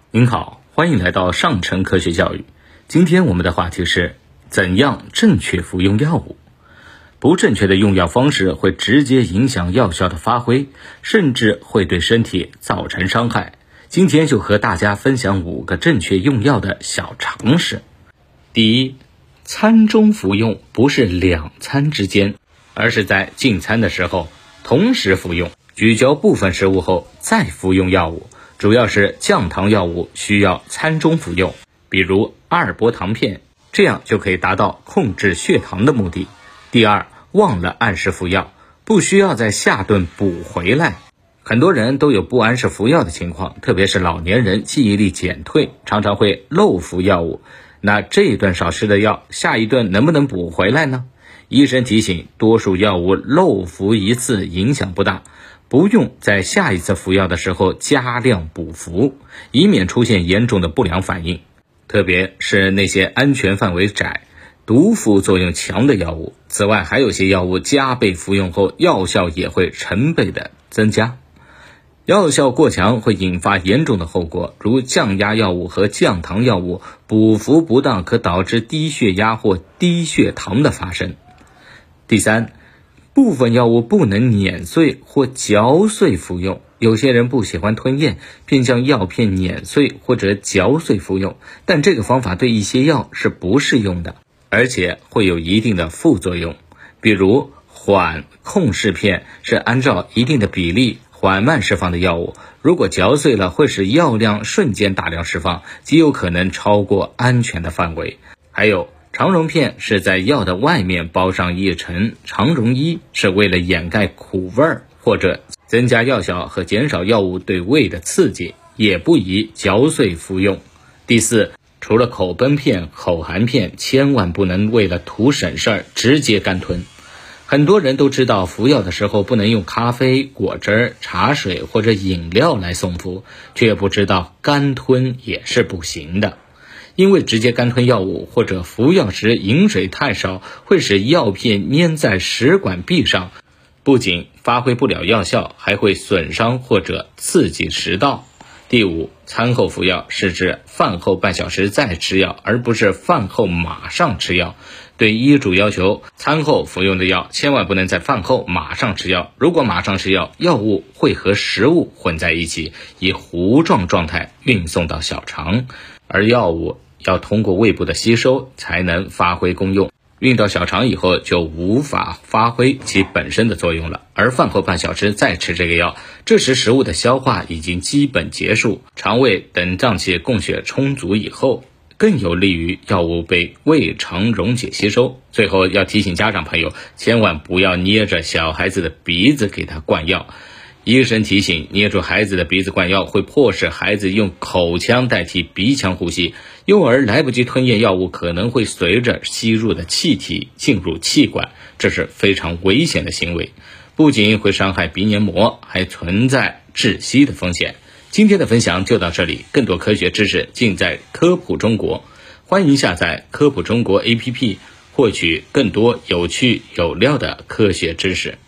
您好，欢迎来到上乘科学教育。今天我们的话题是怎样正确服用药物。不正确的用药方式会直接影响药效的发挥，甚至会对身体造成伤害。今天就和大家分享5个正确用药的小常识。第一，餐中服用不是2餐之间，而是在进餐的时候同时服用，咀嚼部分食物后再服用药物。主要是降糖药物需要餐中服用，比如阿尔波糖片，这样就可以达到控制血糖的目的。第二，忘了按时服药，不需要在下顿补回来。很多人都有不按时服药的情况，特别是老年人记忆力减退，常常会漏服药物。那这一顿少吃的药，下一顿能不能补回来呢？医生提醒，多数药物漏服一次影响不大，不用在下一次服药的时候加量补服，以免出现严重的不良反应。特别是那些安全范围窄、毒副作用强的药物。此外，还有些药物加倍服用后，药效也会成倍的增加。药效过强会引发严重的后果，如降压药物和降糖药物补服不当，可导致低血压或低血糖的发生。第三，部分药物不能碾碎或嚼碎服用，有些人不喜欢吞咽，便将药片碾碎或者嚼碎服用，但这个方法对一些药是不适用的，而且会有一定的副作用。比如缓控释片是按照一定的比例缓慢释放的药物，如果嚼碎了会使药量瞬间大量释放，极有可能超过安全的范围。还有肠溶片是在药的外面包上一层肠溶衣，是为了掩盖苦味或者增加药效和减少药物对胃的刺激，也不宜嚼碎服用。第四，除了口崩片、口含片，千万不能为了图省事儿直接干吞。很多人都知道服药的时候不能用咖啡、果汁、茶水或者饮料来送服，却不知道干吞也是不行的。因为直接干吞药物或者服药时饮水太少，会使药片粘在食管壁上，不仅发挥不了药效，还会损伤或者刺激食道。第五，餐后服药是指饭后半小时再吃药，而不是饭后马上吃药。对医嘱要求，餐后服用的药千万不能在饭后马上吃药，如果马上吃药，药物会和食物混在一起，以糊状状态运送到小肠，而药物要通过胃部的吸收才能发挥功用，运到小肠以后就无法发挥其本身的作用了。而饭后半小时再吃这个药，这时食物的消化已经基本结束，肠胃等脏器供血充足以后，更有利于药物被胃肠溶解吸收。最后要提醒家长朋友，千万不要捏着小孩子的鼻子给他灌药。医生提醒，捏住孩子的鼻子灌药会迫使孩子用口腔代替鼻腔呼吸，幼儿来不及吞咽药物，可能会随着吸入的气体进入气管，这是非常危险的行为，不仅会伤害鼻黏膜，还存在窒息的风险。今天的分享就到这里，更多科学知识尽在科普中国，欢迎下载科普中国 APP， 获取更多有趣有料的科学知识。